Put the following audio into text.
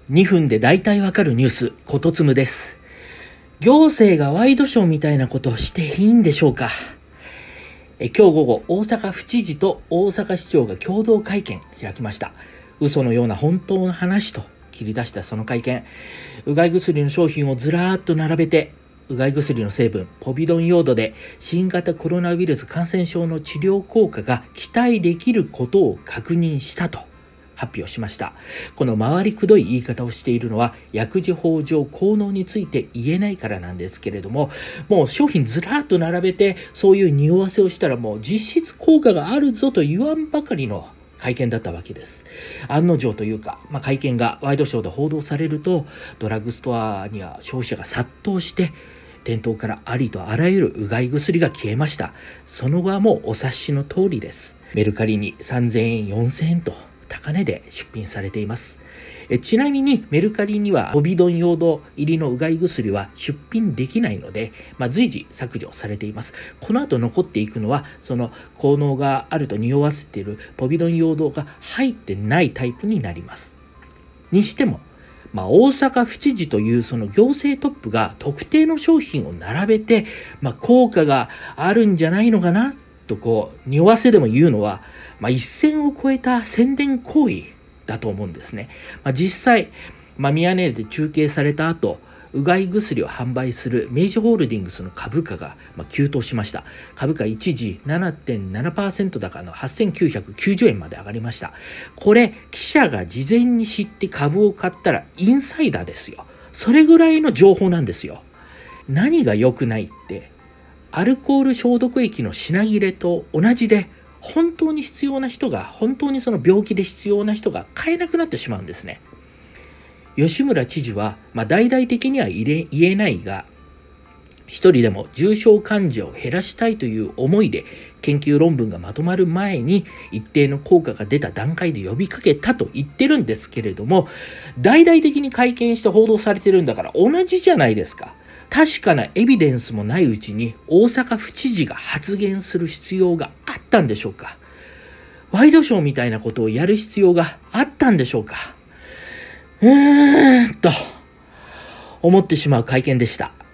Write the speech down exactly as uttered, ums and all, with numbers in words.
にふんで大体わかるニュース、ことつむです。行政がワイドショーみたいなことをしていいんでしょうか。え今日午後、大阪府知事と大阪市長が共同会見開きました。嘘のような本当の話と切り出したその会見、うがい薬の商品をずらーっと並べて、うがい薬の成分ポビドンヨードで新型コロナウイルス感染症の治療効果が期待できることを確認したと発表しました。この回りくどい言い方をしているのは薬事法上効能について言えないからなんですけれども、もう商品ずらーっと並べてそういう匂わせをしたらもう実質効果があるぞと言わんばかりの会見だったわけです。案の定というか、まあ、会見がワイドショーで報道されると、ドラッグストアには消費者が殺到して店頭からありとあらゆるうがい薬が消えました。その後はもうお察しの通りです。メルカリにさんぜんえんよんせんえんと高値で出品されています。えちなみにメルカリにはポビドンヨード入りのうがい薬は出品できないので、まあ、随時削除されています。この後残っていくのはその効能があると匂わせているポビドンヨードが入ってないタイプになります。にしてもまあ、大阪府知事というその行政トップが特定の商品を並べて、まあ、効果があるんじゃないのかなとこう匂わせでも言うのは、まあ、一線を越えた宣伝行為だと思うんですね。まあ、実際、まあ、ミヤネで中継された後、うがい薬を販売する明治ホールディングスの株価が急騰しました。株価一時 ななてんななパーセント 高のはっせんきゅうひゃくきゅうじゅうえんまで上がりました。これ、記者が事前に知って株を買ったらインサイダーですよ。それぐらいの情報なんですよ。何が良くないって、アルコール消毒液の品切れと同じで、本当に必要な人が、本当にその病気で必要な人が買えなくなってしまうんですね。吉村知事は、まあ、大々的には言えないが、一人でも重症患者を減らしたいという思いで、研究論文がまとまる前に一定の効果が出た段階で呼びかけたと言ってるんですけれども、大々的に会見して報道されてるんだから同じじゃないですか。確かなエビデンスもないうちに大阪府知事が発言する必要があったんでしょうか。ワイドショーみたいなことをやる必要があったんでしょうか。うーんと思ってしまう会見でした。